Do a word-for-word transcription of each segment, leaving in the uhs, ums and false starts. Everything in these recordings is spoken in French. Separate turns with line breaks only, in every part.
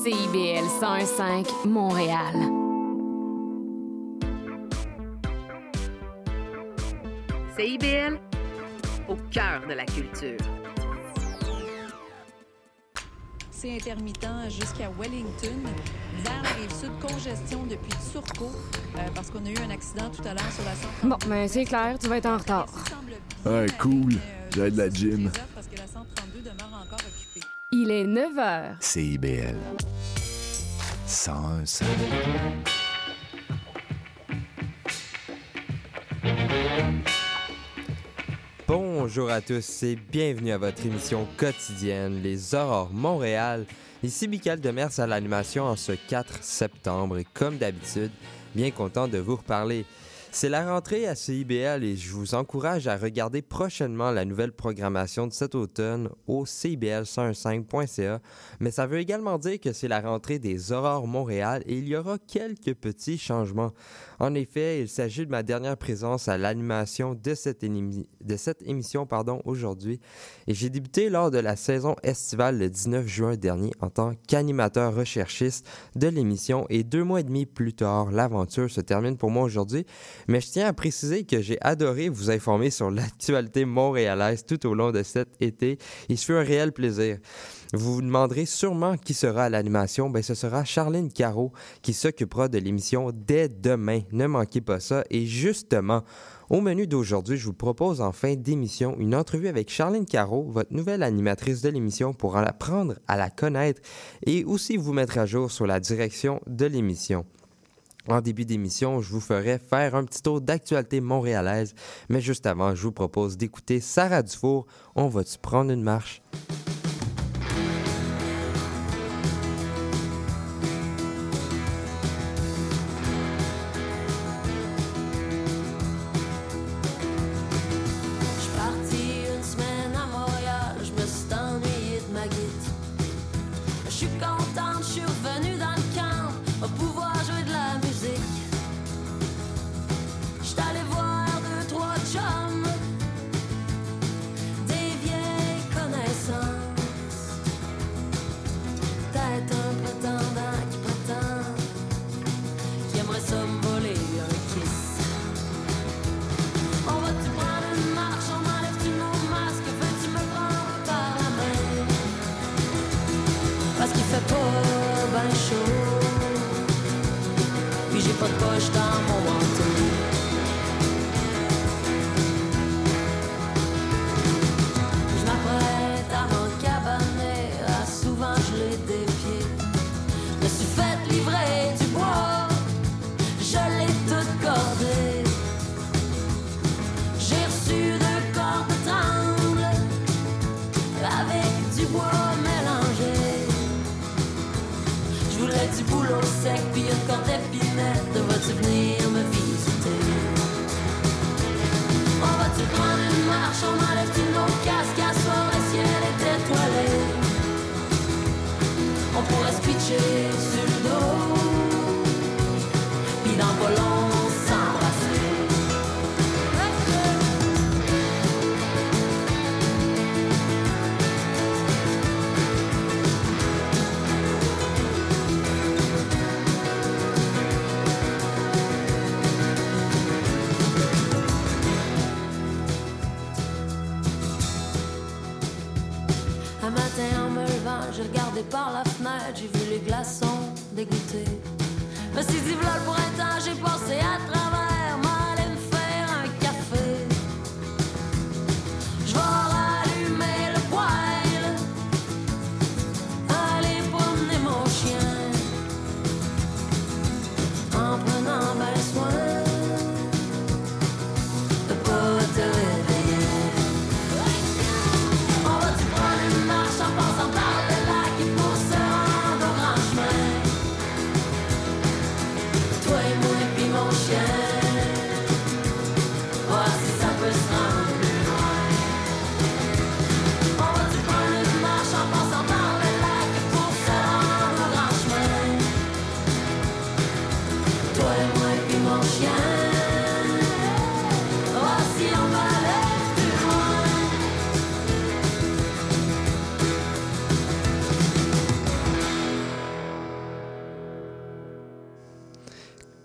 C I B L cent un virgule cinq Montréal.
C I B L, au cœur de la culture.
C'est intermittent jusqu'à Wellington. Vers la Rive-Sud, congestion depuis Turcot, euh, parce qu'on a eu un accident tout à l'heure sur la cent trente-deux.
Bon, ben c'est clair, tu vas être en retard.
Ouais, cool. J'ai de la gym.
Parce que la cent trente-deux demeure encore occupée.
Il est neuf heures.
C I B L cent un virgule cinq.
Bonjour à tous et bienvenue à votre émission quotidienne Les Aurores Montréal. Ici Michael Demers à l'animation en ce quatre septembre et comme d'habitude, bien content de vous reparler. C'est la rentrée à C I B L et je vous encourage à regarder prochainement la nouvelle programmation de cet automne au C I B L cent un virgule cinq point C A. Mais ça veut également dire que c'est la rentrée des Aurores Montréal et il y aura quelques petits changements. En effet, il s'agit de ma dernière présence à l'animation de cette, émi- de cette émission pardon, aujourd'hui. Et j'ai débuté lors de la saison estivale le dix-neuf juin dernier en tant qu'animateur recherchiste de l'émission et deux mois et demi plus tard, l'aventure se termine pour moi aujourd'hui. Mais je tiens à préciser que j'ai adoré vous informer sur l'actualité montréalaise tout au long de cet été et ce fut un réel plaisir. Vous vous demanderez sûrement qui sera à l'animation. Ben, ce sera Charline Caro qui s'occupera de l'émission dès demain. Ne manquez pas ça. Et justement, au menu d'aujourd'hui, je vous propose en fin d'émission une entrevue avec Charline Caro, votre nouvelle animatrice de l'émission, pour en apprendre à la connaître et aussi vous mettre à jour sur la direction de l'émission. En début d'émission, je vous ferai faire un petit tour d'actualité montréalaise, mais juste avant, je vous propose d'écouter Sarah Dufour. On va-tu prendre une marche?
J'ai regardé par la fenêtre, j'ai vu les glaçons dégoûtés. Me suis dit, v'là le printemps, j'ai passé à travers, m'allais me faire un café. Je vais rallumer le poêle, aller promener mon chien, en prenant ben soin de pas te réveiller. On va-tu prendre une marche en passant par yeah.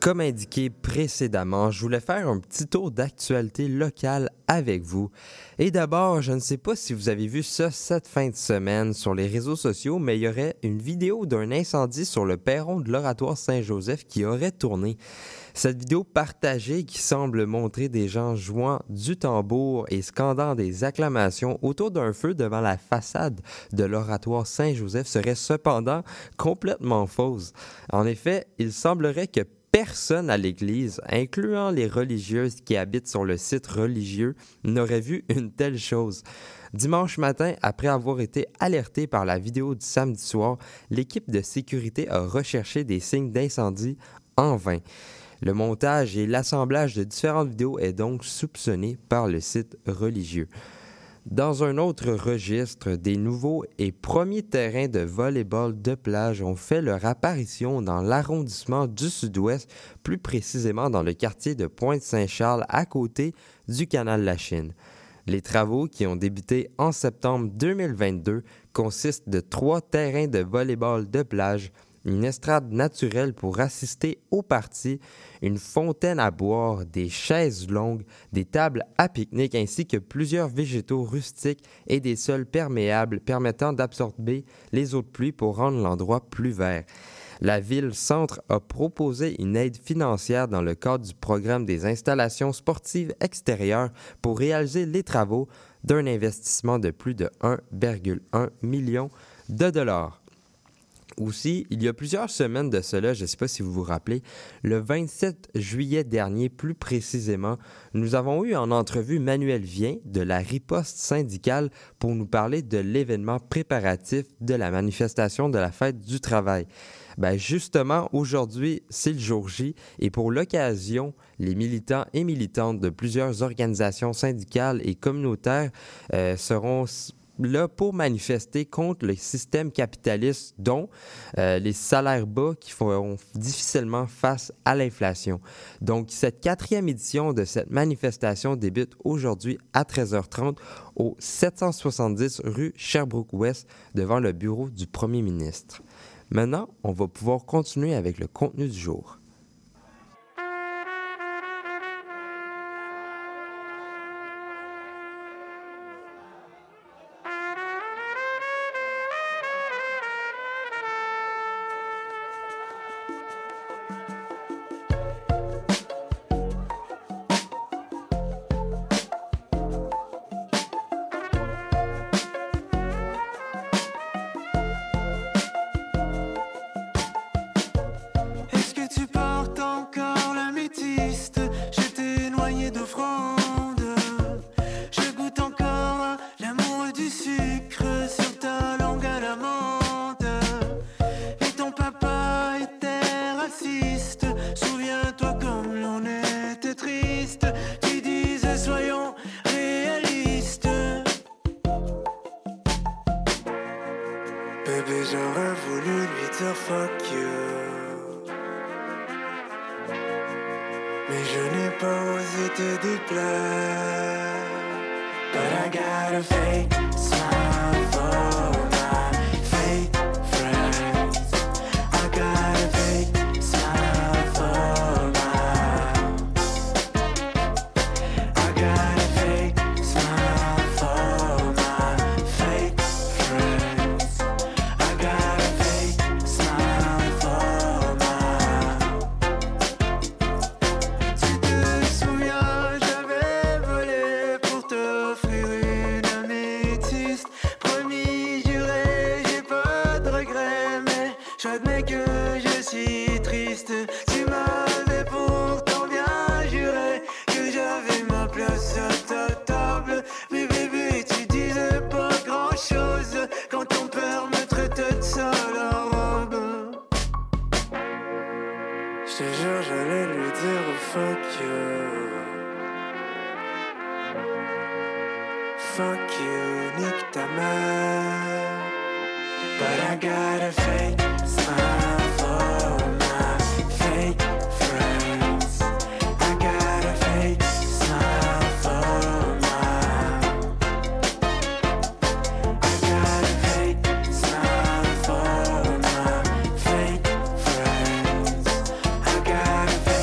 Comme indiqué précédemment, je voulais faire un petit tour d'actualité locale avec vous. Et d'abord, je ne sais pas si vous avez vu ça cette fin de semaine sur les réseaux sociaux, mais il y aurait une vidéo d'un incendie sur le perron de l'Oratoire Saint-Joseph qui aurait tourné. Cette vidéo partagée qui semble montrer des gens jouant du tambour et scandant des acclamations autour d'un feu devant la façade de l'Oratoire Saint-Joseph serait cependant complètement fausse. En effet, il semblerait que personne à l'église, incluant les religieuses qui habitent sur le site religieux, n'aurait vu une telle chose. Dimanche matin, après avoir été alerté par la vidéo du samedi soir, l'équipe de sécurité a recherché des signes d'incendie en vain. Le montage et l'assemblage de différentes vidéos est donc soupçonné par le site religieux. Dans un autre registre, des nouveaux et premiers terrains de volley-ball de plage ont fait leur apparition dans l'arrondissement du Sud-Ouest, plus précisément dans le quartier de Pointe-Saint-Charles, à côté du canal Lachine. Les travaux, qui ont débuté en septembre deux mille vingt-deux, consistent de trois terrains de volley-ball de plage, une estrade naturelle pour assister aux parties, une fontaine à boire, des chaises longues, des tables à pique-nique ainsi que plusieurs végétaux rustiques et des sols perméables permettant d'absorber les eaux de pluie pour rendre l'endroit plus vert. La Ville-Centre a proposé une aide financière dans le cadre du programme des installations sportives extérieures pour réaliser les travaux d'un investissement de plus de un virgule un million de dollars. Aussi, il y a plusieurs semaines de cela, je ne sais pas si vous vous rappelez, le vingt-sept juillet dernier, plus précisément, nous avons eu en entrevue Manuel Vien de la riposte syndicale pour nous parler de l'événement préparatif de la manifestation de la fête du travail. Ben justement, aujourd'hui, c'est le jour J et pour l'occasion, les militants et militantes de plusieurs organisations syndicales et communautaires euh, seront là pour manifester contre le système capitaliste, dont euh, les salaires bas qui font difficilement face à l'inflation. Donc, cette quatrième édition de cette manifestation débute aujourd'hui à treize heures trente au sept cent soixante-dix rue Sherbrooke-Ouest devant le bureau du premier ministre. Maintenant, on va pouvoir continuer avec le contenu du jour.
Bébé, j'aurais voulu lui dire fuck you, mais je n'ai pas osé te déplaire. But I got a fake smile for my fake friends. I got a fake smile for my I got a fake smile for my fake friends. I got a fake smile for my Tu te souviens, j'avais volé pour t'offrir une améthyste. Promis, juré, j'ai pas de regrets, mais j'admets que je suis triste. Tu m'avais pourtant bien juré que j'avais ma place à ta table. Mais bébé, tu disais pas grand chose quand ton père me traitait de sale robe. J'te jure, j'allais lui dire fuck you. Fuck you, nique ta mère. But I got a fake smile for my fake friends. I got a fake smile for my I got a fake smile for my fake friends. I got a fake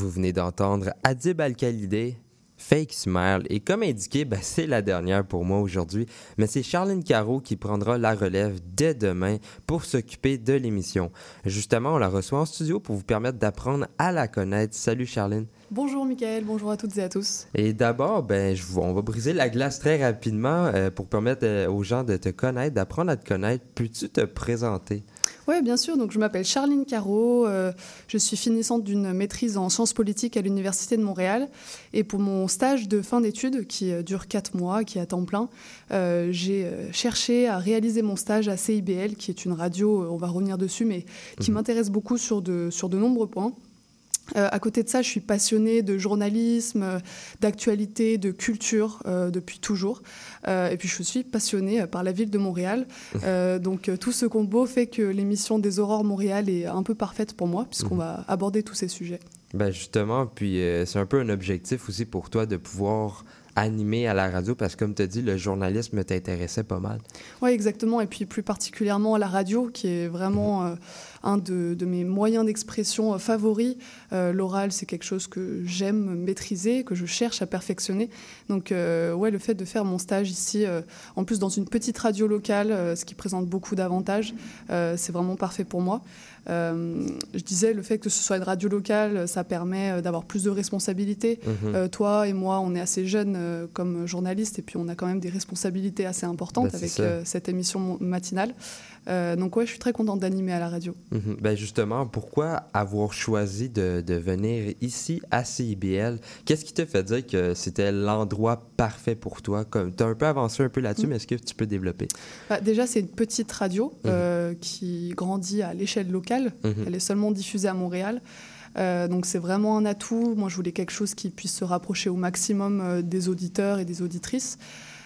Vous venez d'entendre Adib Al-Khalidé, Fake Smile, et comme indiqué, ben, c'est la dernière pour moi aujourd'hui, mais c'est Charline Caro qui prendra la relève dès demain pour s'occuper de l'émission. Justement, on la reçoit en studio pour vous permettre d'apprendre à la connaître. Salut Charline.
Bonjour Mickaël, bonjour à toutes et à tous.
Et d'abord, ben, je, on va briser la glace très rapidement euh, pour permettre euh, aux gens de te connaître, d'apprendre à te connaître. Peux-tu te présenter?
Oui, bien sûr. Donc, je m'appelle Charline Caro. Euh, je suis finissante d'une maîtrise en sciences politiques à l'Université de Montréal. Et pour mon stage de fin d'études, qui euh, dure quatre mois, qui est à temps plein, euh, j'ai euh, cherché à réaliser mon stage à C I B L, qui est une radio, euh, on va revenir dessus, mais qui mmh. m'intéresse beaucoup sur de, sur de nombreux points. Euh, à côté de ça, je suis passionnée de journalisme, euh, d'actualité, de culture euh, depuis toujours. Euh, et puis, je suis passionnée par la ville de Montréal. Euh, donc, euh, tout ce combo fait que l'émission des Aurores Montréal est un peu parfaite pour moi, puisqu'on mmh. va aborder tous ces sujets.
Ben justement, puis euh, c'est un peu un objectif aussi pour toi de pouvoir animé à la radio parce que, comme tu as dit, le journalisme t'intéressait pas mal.
Oui, exactement. Et puis plus particulièrement la radio, qui est vraiment euh, un de, de mes moyens d'expression euh, favoris. Euh, l'oral, c'est quelque chose que j'aime maîtriser, que je cherche à perfectionner. Donc, euh, ouais, le fait de faire mon stage ici, euh, en plus dans une petite radio locale, euh, ce qui présente beaucoup d'avantages, euh, c'est vraiment parfait pour moi. Euh, je disais, le fait que ce soit une radio locale, ça permet d'avoir plus de responsabilités. Mmh. Euh, toi et moi, on est assez jeunes euh, comme journalistes et puis on a quand même des responsabilités assez importantes bah, avec euh, cette émission matinale. Euh, donc ouais, je suis très contente d'animer à la radio.
Mmh. Ben justement, pourquoi avoir choisi de, de venir ici à C I B L? Qu'est-ce qui te fait dire que c'était l'endroit parfait pour toi? Tu as un peu avancé un peu là-dessus, mmh. mais est-ce que tu peux développer?
Bah, déjà, c'est une petite radio mmh. euh, qui grandit à l'échelle locale. Mmh. Elle est seulement diffusée à Montréal. Euh, donc c'est vraiment un atout. Moi, je voulais quelque chose qui puisse se rapprocher au maximum euh, des auditeurs et des auditrices.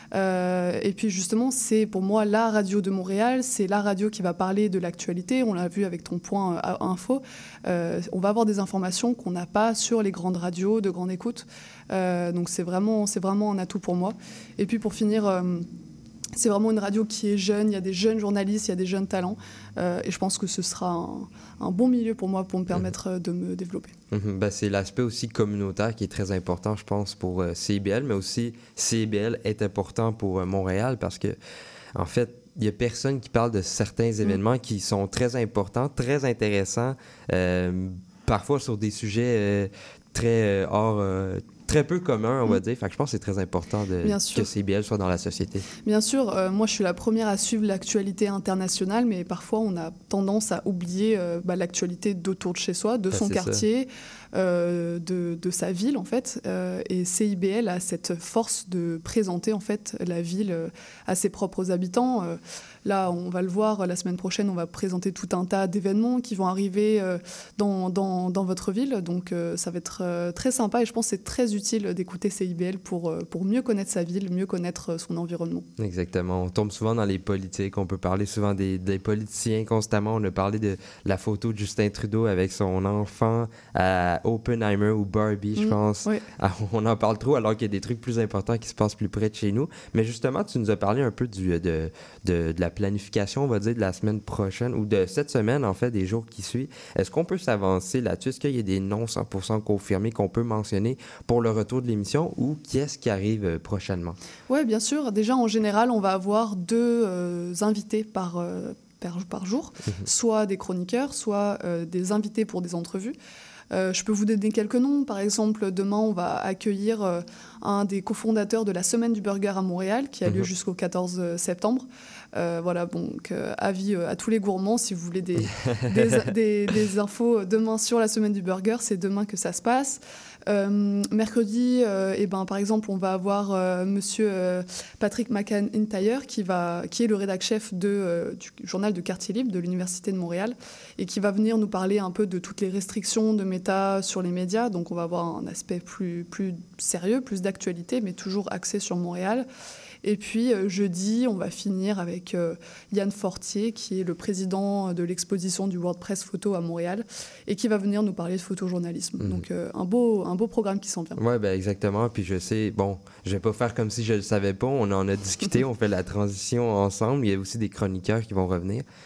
Euh, et puis justement, c'est pour moi la radio de Montréal, c'est la radio qui va parler de l'actualité. On l'a vu avec ton point euh, info. Euh, on va avoir des informations qu'on n'a pas sur les grandes radios de grande écoute. Euh, donc c'est vraiment, c'est vraiment un atout pour moi. Et puis pour finir... Euh, C'est vraiment une radio qui est jeune, il y a des jeunes journalistes, il y a des jeunes talents. Euh, et je pense que ce sera un, un bon milieu pour moi pour me permettre mmh. de me développer.
Mmh. Ben, c'est l'aspect aussi communautaire qui est très important, je pense, pour euh, C I B L, mais aussi C I B L est important pour euh, Montréal parce que, en fait, il n'y a personne qui parle de certains événements mmh. qui sont très importants, très intéressants, euh, parfois sur des sujets euh, très euh, hors... Euh, très peu commun, on va dire. Fait que je pense que c'est très important de, que C I B L soit dans la société.
Bien sûr. Euh, moi, je suis la première à suivre l'actualité internationale, mais parfois, on a tendance à oublier euh, bah, l'actualité d'autour de chez soi, de ben, son quartier, euh, de, de sa ville, en fait. Euh, et C I B L a cette force de présenter, en fait, la ville euh, à ses propres habitants. Euh, là, on va le voir, la semaine prochaine, on va présenter tout un tas d'événements qui vont arriver euh, dans, dans, dans votre ville. Donc, euh, ça va être euh, très sympa et je pense que c'est très utile utile d'écouter C I B L pour, pour mieux connaître sa ville, mieux connaître son environnement.
Exactement. On tombe souvent dans les politiques. On peut parler souvent des, des politiciens constamment. On a parlé de la photo de Justin Trudeau avec son enfant à Oppenheimer ou Barbie, je mmh, pense. Oui. Ah, on en parle trop alors qu'il y a des trucs plus importants qui se passent plus près de chez nous. Mais justement, tu nous as parlé un peu du, de, de, de la planification, on va dire, de la semaine prochaine ou de cette semaine, en fait, des jours qui suivent. Est-ce qu'on peut s'avancer là-dessus? Est-ce qu'il y a des noms cent pour cent confirmés qu'on peut mentionner pour le retour de l'émission ou qui est-ce qui arrive euh, prochainement? Oui,
bien sûr. Déjà, en général, on va avoir deux euh, invités par, euh, par, par jour, mmh. soit des chroniqueurs, soit euh, des invités pour des entrevues. Euh, je peux vous donner quelques noms. Par exemple, demain, on va accueillir euh, un des cofondateurs de la Semaine du Burger à Montréal, qui a lieu mmh. jusqu'au quatorze septembre. Euh, voilà, donc euh, avis euh, à tous les gourmands, si vous voulez des, des, des, des infos demain sur la Semaine du Burger, c'est demain que ça se passe. Euh, mercredi, euh, eh ben, par exemple, on va avoir euh, monsieur euh, Patrick McIntyre, qui, va, qui est le rédac-chef de, euh, du journal de Quartier Libre de l'Université de Montréal, et qui va venir nous parler un peu de toutes les restrictions de Meta sur les médias. Donc on va avoir un aspect plus, plus sérieux, plus d'actualité, mais toujours axé sur Montréal. Et puis euh, jeudi, on va finir avec euh, Yann Fortier, qui est le président de l'exposition du World Press Photo à Montréal, et qui va venir nous parler de photojournalisme. Mmh. Donc euh, un, beau, un beau programme qui s'en vient.
Oui, ben exactement. Puis je sais, bon, je vais pas faire comme si je le savais pas. On en a discuté, on fait la transition ensemble. Il y a aussi des chroniqueurs qui vont revenir.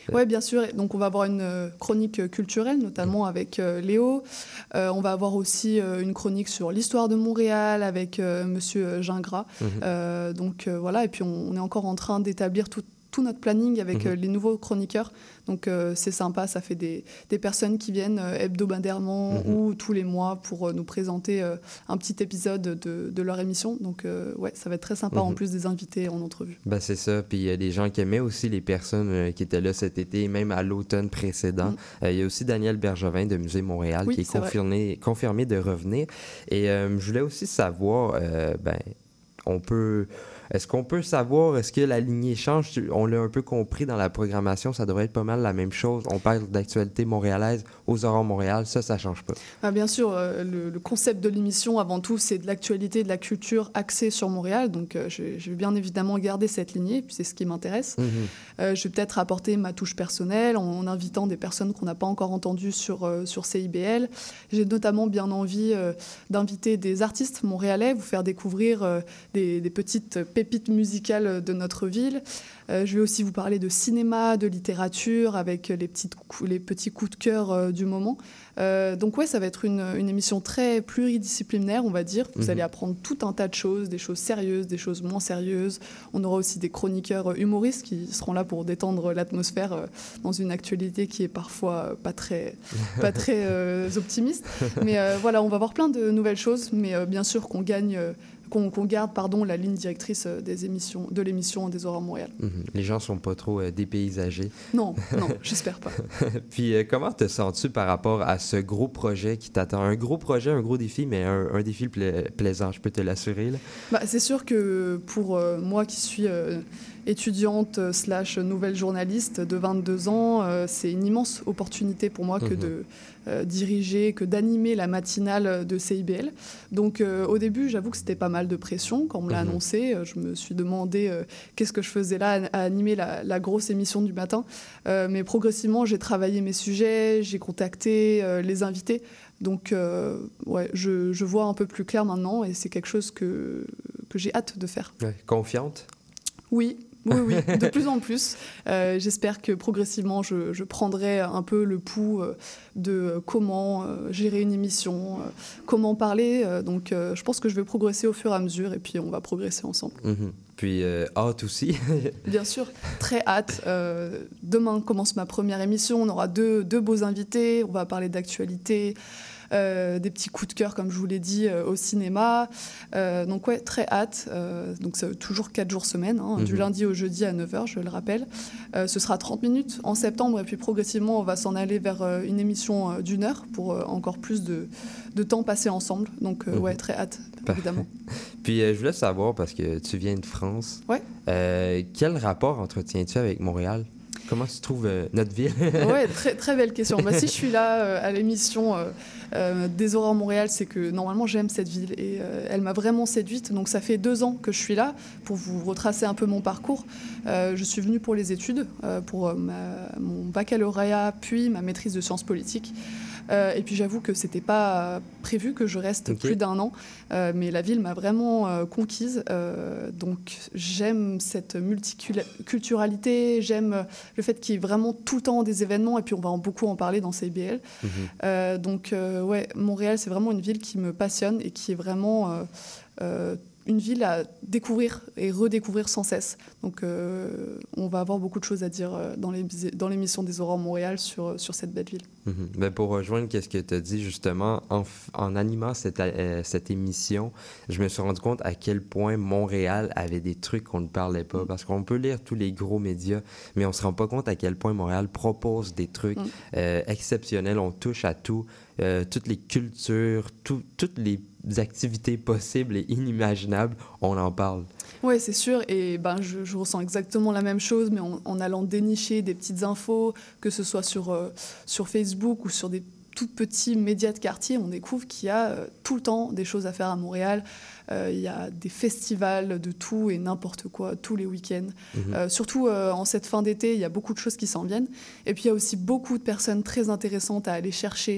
Oui, bien sûr. Donc, on va avoir une euh, chronique culturelle, notamment avec euh, Léo. Euh, on va avoir aussi euh, une chronique sur l'histoire de Montréal avec euh, Monsieur Gingras. Mm-hmm. Euh, donc, euh, voilà. Et puis, on, on est encore en train d'établir tout tout notre planning avec mmh. euh, les nouveaux chroniqueurs. Donc, euh, c'est sympa. Ça fait des, des personnes qui viennent euh, hebdomadairement mmh. ou tous les mois pour euh, nous présenter euh, un petit épisode de, de leur émission. Donc, euh, ouais, ça va être très sympa mmh. en plus des invités en entrevue.
Ben, c'est ça. Puis, il y a des gens qui aimaient aussi les personnes euh, qui étaient là cet été, même à l'automne précédent. Mmh. Euh, il y a aussi Daniel Bergevin de Musée Montréal oui, qui est, est confirmé, confirmé de revenir. Et euh, je voulais aussi savoir, euh, ben, on peut... Est-ce qu'on peut savoir, est-ce que la lignée change? On l'a un peu compris dans la programmation, ça devrait être pas mal la même chose. On parle d'actualité montréalaise aux Aurores Montréal, ça, ça change pas.
Ah, bien sûr, euh, le, le concept de l'émission, avant tout, c'est de l'actualité, de la culture axée sur Montréal. Donc, euh, je, je vais bien évidemment garder cette lignée, puis c'est ce qui m'intéresse. Mm-hmm. Euh, je vais peut-être apporter ma touche personnelle en, en invitant des personnes qu'on n'a pas encore entendues sur, euh, sur C I B L. J'ai notamment bien envie euh, d'inviter des artistes montréalais, vous faire découvrir euh, des, des petites pépites musicales de notre ville. Euh, je vais aussi vous parler de cinéma, de littérature, avec les, petites cou- les petits coups de cœur euh, du moment. Euh, donc ouais, ça va être une, une émission très pluridisciplinaire, on va dire. Vous mmh. allez apprendre tout un tas de choses, des choses sérieuses, des choses moins sérieuses. On aura aussi des chroniqueurs humoristes qui seront là pour détendre l'atmosphère euh, dans une actualité qui est parfois pas très, pas très euh, optimiste. Mais euh, voilà, on va voir plein de nouvelles choses, mais euh, bien sûr qu'on gagne... Euh, Qu'on, qu'on garde pardon, la ligne directrice des émissions, de l'émission des Aurores Montréal.
Mmh. Les gens ne sont pas trop euh, dépaysagés.
Non, non, j'espère pas.
Puis euh, comment te sens-tu par rapport à ce gros projet qui t'attend? Un gros projet, un gros défi, mais un, un défi pla- plaisant, je peux te l'assurer. Là.
Bah, c'est sûr que pour euh, moi qui suis euh, étudiante euh, slash nouvelle journaliste de vingt-deux ans, euh, c'est une immense opportunité pour moi que mmh. de euh, diriger, que d'animer la matinale de C I B L. Donc euh, au début, j'avoue que c'était pas mal de pression. Quand on me l'a mmh. annoncé, euh, je me suis demandé euh, qu'est-ce que je faisais là à, à animer la, la grosse émission du matin. Euh, mais progressivement, j'ai travaillé mes sujets, j'ai contacté euh, les invités. Donc euh, ouais, je, je vois un peu plus clair maintenant et c'est quelque chose que, que j'ai hâte de faire.
Ouais, confiante?
Oui. Oui, oui, de plus en plus. Euh, j'espère que progressivement, je, je prendrai un peu le pouls euh, de comment euh, gérer une émission, euh, comment parler. Euh, donc, euh, je pense que je vais progresser au fur et à mesure et puis on va progresser ensemble.
Mm-hmm. Puis, euh, hâte aussi.
Bien sûr, très hâte. Euh, demain commence ma première émission. On aura deux, deux beaux invités. On va parler d'actualité. Euh, des petits coups de cœur, comme je vous l'ai dit, euh, au cinéma. Euh, donc ouais, très hâte. Euh, donc c'est toujours quatre jours semaine, hein, mm-hmm. du lundi au jeudi à neuf heures, je le rappelle. Euh, ce sera trente minutes en septembre, et puis progressivement, on va s'en aller vers euh, une émission euh, d'une heure pour euh, encore plus de, de temps passé ensemble. Donc euh, mm-hmm. ouais, très hâte, évidemment.
Puis euh, je voulais savoir, parce que tu viens de France,
ouais.
euh, quel rapport entretiens-tu avec Montréal? Comment tu trouves euh, notre ville?
Ouais, très, très belle question. Bah, si je suis là euh, à l'émission euh, euh, des Aurores Montréal, c'est que normalement j'aime cette ville et euh, elle m'a vraiment séduite. Donc ça fait deux ans que je suis là. Pour vous retracer un peu mon parcours, euh, je suis venue pour les études, euh, pour euh, ma, mon baccalauréat, puis ma maîtrise de sciences politiques. Euh, et puis j'avoue que c'était pas prévu que je reste okay. plus d'un an, euh, mais la ville m'a vraiment euh, conquise. Euh, donc j'aime cette multiculturalité, j'aime le fait qu'il y ait vraiment tout le temps des événements, et puis on va en beaucoup en parler dans C I B L. Mm-hmm. Euh, donc euh, ouais, Montréal, c'est vraiment une ville qui me passionne et qui est vraiment euh, euh, une ville à découvrir et redécouvrir sans cesse. Donc euh, on va avoir beaucoup de choses à dire dans, les, dans l'émission des Aurores Montréal sur, sur cette belle ville.
Mm-hmm. Ben pour rejoindre ce que tu as dit, justement, en, en animant cette, euh, cette émission, je me suis rendu compte à quel point Montréal avait des trucs qu'on ne parlait pas. Mm. Parce qu'on peut lire tous les gros médias, mais on ne se rend pas compte à quel point Montréal propose des trucs mm. euh, exceptionnels. On touche à tout, euh, toutes les cultures, tout, toutes les activités possibles et inimaginables, on en parle.
Oui, c'est sûr, et ben, je, je ressens exactement la même chose, mais en, en allant dénicher des petites infos, que ce soit sur, euh, sur Facebook ou sur des tout petits médias de quartier, on découvre qu'il y a euh, tout le temps des choses à faire à Montréal. Euh, il y a des festivals de tout et n'importe quoi, tous les week-ends. Mmh. Euh, surtout euh, en cette fin d'été, il y a beaucoup de choses qui s'en viennent. Et puis il y a aussi beaucoup de personnes très intéressantes à aller chercher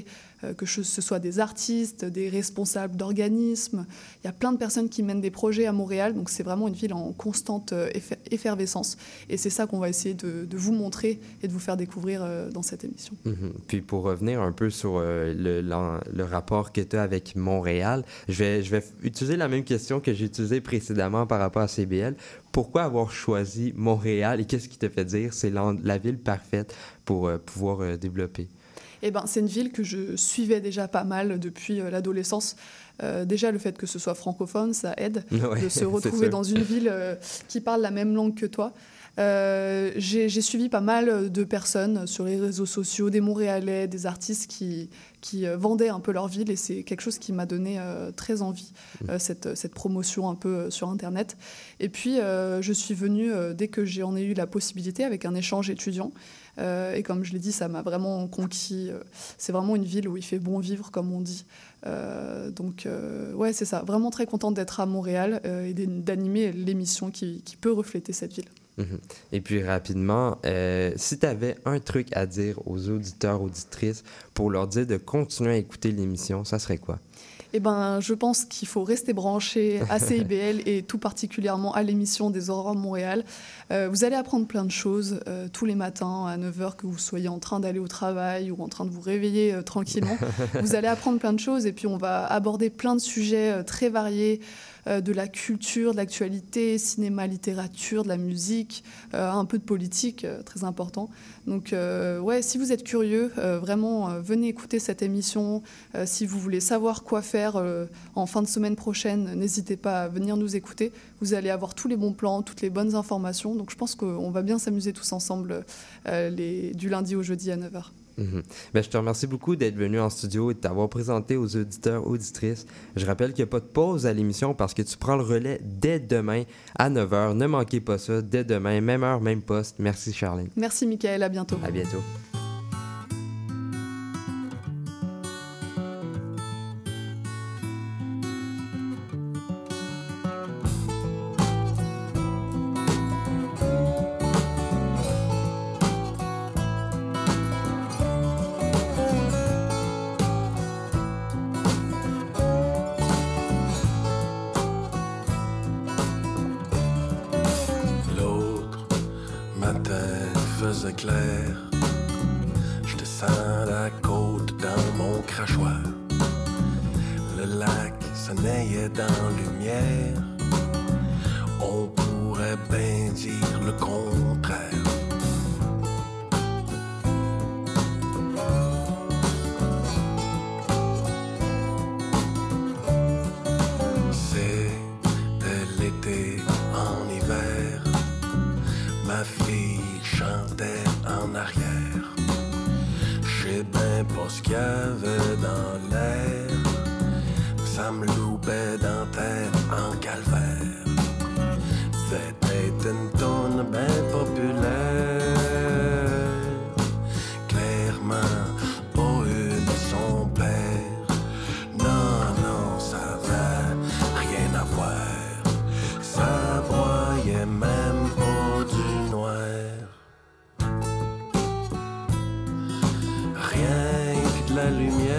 euh, que ce soit des artistes, des responsables d'organismes. Il y a plein de personnes qui mènent des projets à Montréal, donc c'est vraiment une ville en constante euh, effer- effervescence. Et c'est ça qu'on va essayer de, de vous montrer et de vous faire découvrir euh, dans cette émission.
Mm-hmm. Puis pour revenir un peu sur euh, le, le rapport que tu as avec Montréal, je vais, je vais utiliser la même question que j'ai utilisée précédemment par rapport à C B L. Pourquoi avoir choisi Montréal et qu'est-ce qui te fait dire que c'est la, la ville parfaite pour euh, pouvoir euh, développer?
Eh ben, c'est une ville que je suivais déjà pas mal depuis euh, l'adolescence. Euh, déjà, le fait que ce soit francophone, ça aide
Ouais,
de se retrouver dans une ville euh, qui parle la même langue que toi. Euh, j'ai, j'ai suivi pas mal de personnes sur les réseaux sociaux, des Montréalais, des artistes qui, qui euh, vendaient un peu leur ville, et c'est quelque chose qui m'a donné euh, très envie, euh, cette, cette promotion un peu euh, sur Internet. Et puis, euh, je suis venue euh, dès que j'en ai eu la possibilité avec un échange étudiant. Euh, et comme je l'ai dit, ça m'a vraiment conquis. C'est vraiment une ville où il fait bon vivre, comme on dit. Euh, donc, euh, ouais, c'est ça. Vraiment très contente d'être à Montréal euh, et d'animer l'émission qui, qui peut refléter cette ville.
Mm-hmm. Et puis rapidement, euh, si tu avais un truc à dire aux auditeurs, auditrices, pour leur dire de continuer à écouter l'émission, ça serait quoi?
Eh ben, je pense qu'il faut rester branché à C I B L et tout particulièrement à l'émission des Aurores Montréal. Euh, vous allez apprendre plein de choses euh, tous les matins à neuf heures, que vous soyez en train d'aller au travail ou en train de vous réveiller euh, tranquillement. Vous allez apprendre plein de choses et puis on va aborder plein de sujets euh, très variés, euh, de la culture, de l'actualité, cinéma, littérature, de la musique, euh, un peu de politique, euh, très important. Donc euh, ouais, si vous êtes curieux, euh, vraiment, euh, venez écouter cette émission. Euh, si vous voulez savoir quoi faire euh, en fin de semaine prochaine, n'hésitez pas à venir nous écouter. Vous allez avoir tous les bons plans, toutes les bonnes informations. Donc je pense qu'on va bien s'amuser tous ensemble euh, les, du lundi au jeudi à neuf heures.
Mm-hmm. Ben, je te remercie beaucoup d'être venu en studio et de t'avoir présenté aux auditeurs, auditrices. Je rappelle qu'il n'y a pas de pause à l'émission parce que tu prends le relais dès demain à neuf heures. Ne manquez pas ça, dès demain, même heure, même poste. Merci Charlene.
Merci Mickaël, à bientôt.
À bientôt.
Clair, je descends la côte dans mon crachoir. Le lac s'ennuyait dans lumière. On pourrait bien dire le contraire. C'était l'été en hiver. Ma fille chantait en arrière. Je sais bien pas ce qu'il y avait dans l'air. Ça me loupait dans tête en calvaire. C'était une tourne bien populaire. Clairement pas une de son père. Non, non, ça avait rien à voir. Ça broyait même pas du noir. La lumière,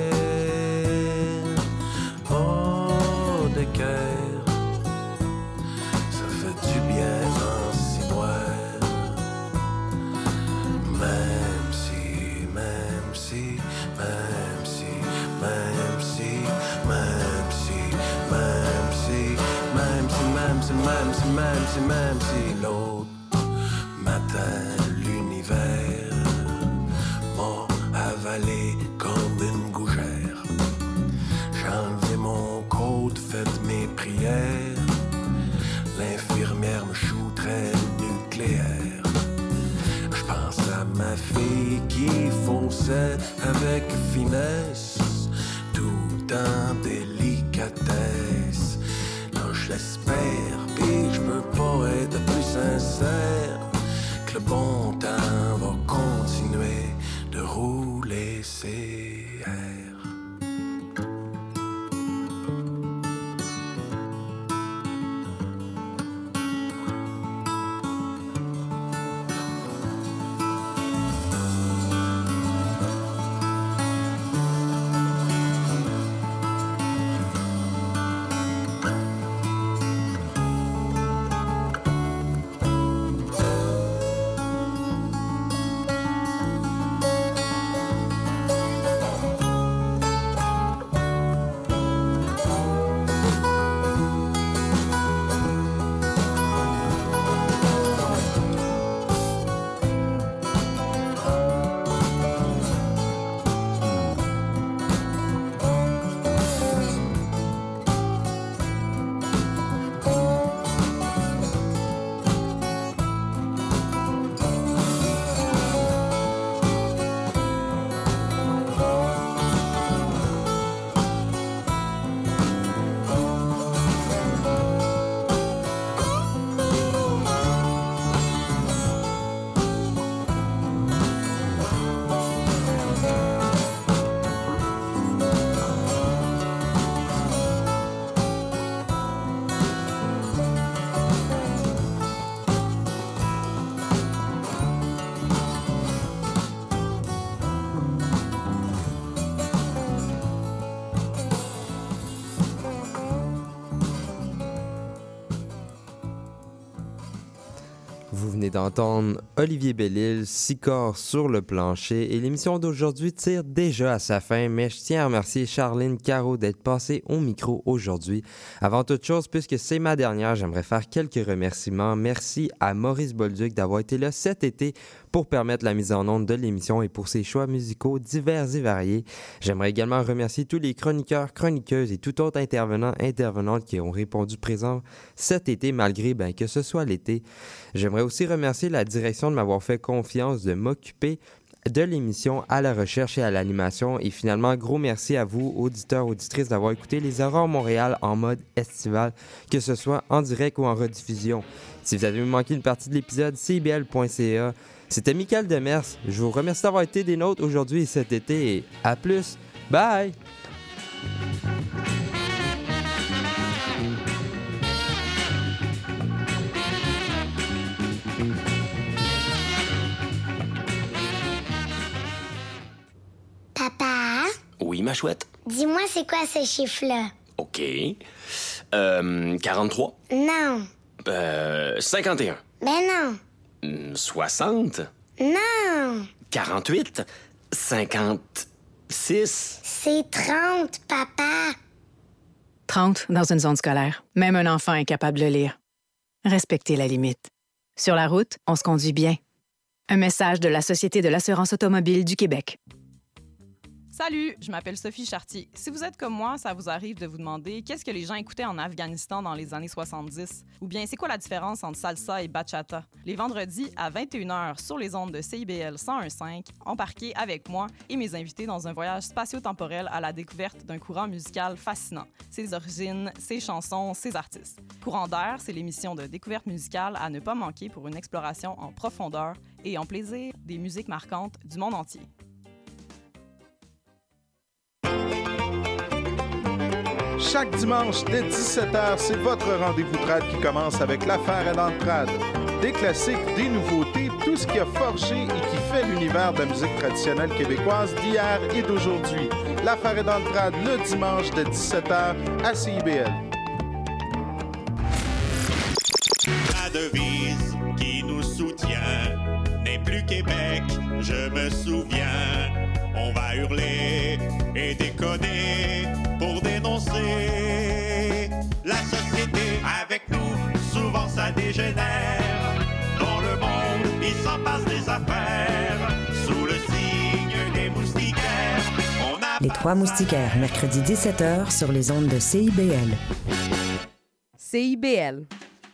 oh d'équerre, ça fait du bien en s'y boire. Même si, même si, même si, même si, même si, même si, même si, même si, même si, même si, même si, l'autre matin l'univers m'a avalé comme une gougère. J'ai enlevé mon coat, fait mes prières. L'infirmière me shooterait nucléaire. Je pense à ma fille qui fonçait avec finesse, tout en délicatesse. Là je l'espère, pis je peux pas être plus sincère, que le bon temps va continuer de rouler ses airs.
Vous venez d'entendre Olivier Bellil, Six corps sur le plancher, et l'émission d'aujourd'hui tire déjà à sa fin, mais je tiens à remercier Charline Caro d'être passée au micro aujourd'hui. Avant toute chose, puisque c'est ma dernière, j'aimerais faire quelques remerciements. Merci à Maurice Bolduc d'avoir été là cet été pour permettre la mise en onde de l'émission et pour ses choix musicaux divers et variés. J'aimerais également remercier tous les chroniqueurs, chroniqueuses et tout autre intervenant, intervenantes qui ont répondu présent cet été, malgré ben, que ce soit l'été. J'aimerais aussi remercier la direction de m'avoir fait confiance de m'occuper de l'émission à la recherche et à l'animation. Et finalement, gros merci à vous, auditeurs, auditrices, d'avoir écouté les Aurores Montréal en mode estival, que ce soit en direct ou en rediffusion. Si vous avez manqué une partie de l'épisode, c i b l point c a. C'était Michael Demers. Je vous remercie d'avoir été des nôtres aujourd'hui et cet été. Et à plus. Bye!
Papa?
Oui, ma chouette?
Dis-moi, c'est quoi ce chiffre-là?
OK. Euh, quarante-trois?
Non.
Euh, cinquante et un?
Ben non.
soixante?
Non.
quarante-huit? cinquante-six?
C'est trente, papa.
trente dans une zone scolaire. Même un enfant est capable de lire. Respectez la limite. Sur la route, on se conduit bien. Un message de la Société de l'assurance automobile du Québec.
Salut, je m'appelle Sophie Chartier. Si vous êtes comme moi, ça vous arrive de vous demander qu'est-ce que les gens écoutaient en Afghanistan dans les années soixante-dix? Ou bien, c'est quoi la différence entre salsa et bachata? Les vendredis à vingt et une heures sur les ondes de C I B L cent un virgule cinq, embarquez avec moi et mes invités dans un voyage spatio-temporel à la découverte d'un courant musical fascinant, ses origines, ses chansons, ses artistes. Courant d'air, c'est l'émission de découverte musicale à ne pas manquer pour une exploration en profondeur et en plaisir des musiques marquantes du monde entier.
Chaque dimanche dès dix-sept heures, c'est votre rendez-vous trad qui commence avec l'affaire est dans le trad. Des classiques, des nouveautés, tout ce qui a forgé et qui fait l'univers de la musique traditionnelle québécoise d'hier et d'aujourd'hui. L'affaire est dans le trad le dimanche dès dix-sept heures à C I B L.
La devise qui nous soutient n'est plus Québec, je me souviens. On va hurler et déconner pour dénoncer la société. Avec nous, souvent ça dégénère. Dans le monde, il s'en passe des affaires. Sous le signe des moustiquaires, on a...
Les Trois Moustiquaires, mercredi dix-sept heures sur les ondes de C I B L.
C I B L.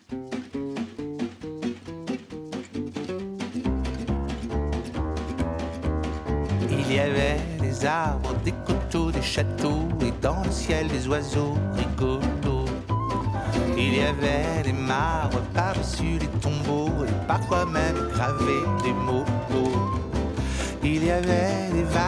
Il y avait des arbres, des coteaux, des châteaux, et dans le ciel des oiseaux rigolos. Il y avait des marbres par-dessus les tombeaux, et parfois même gravés des mots. Il y avait des vagues.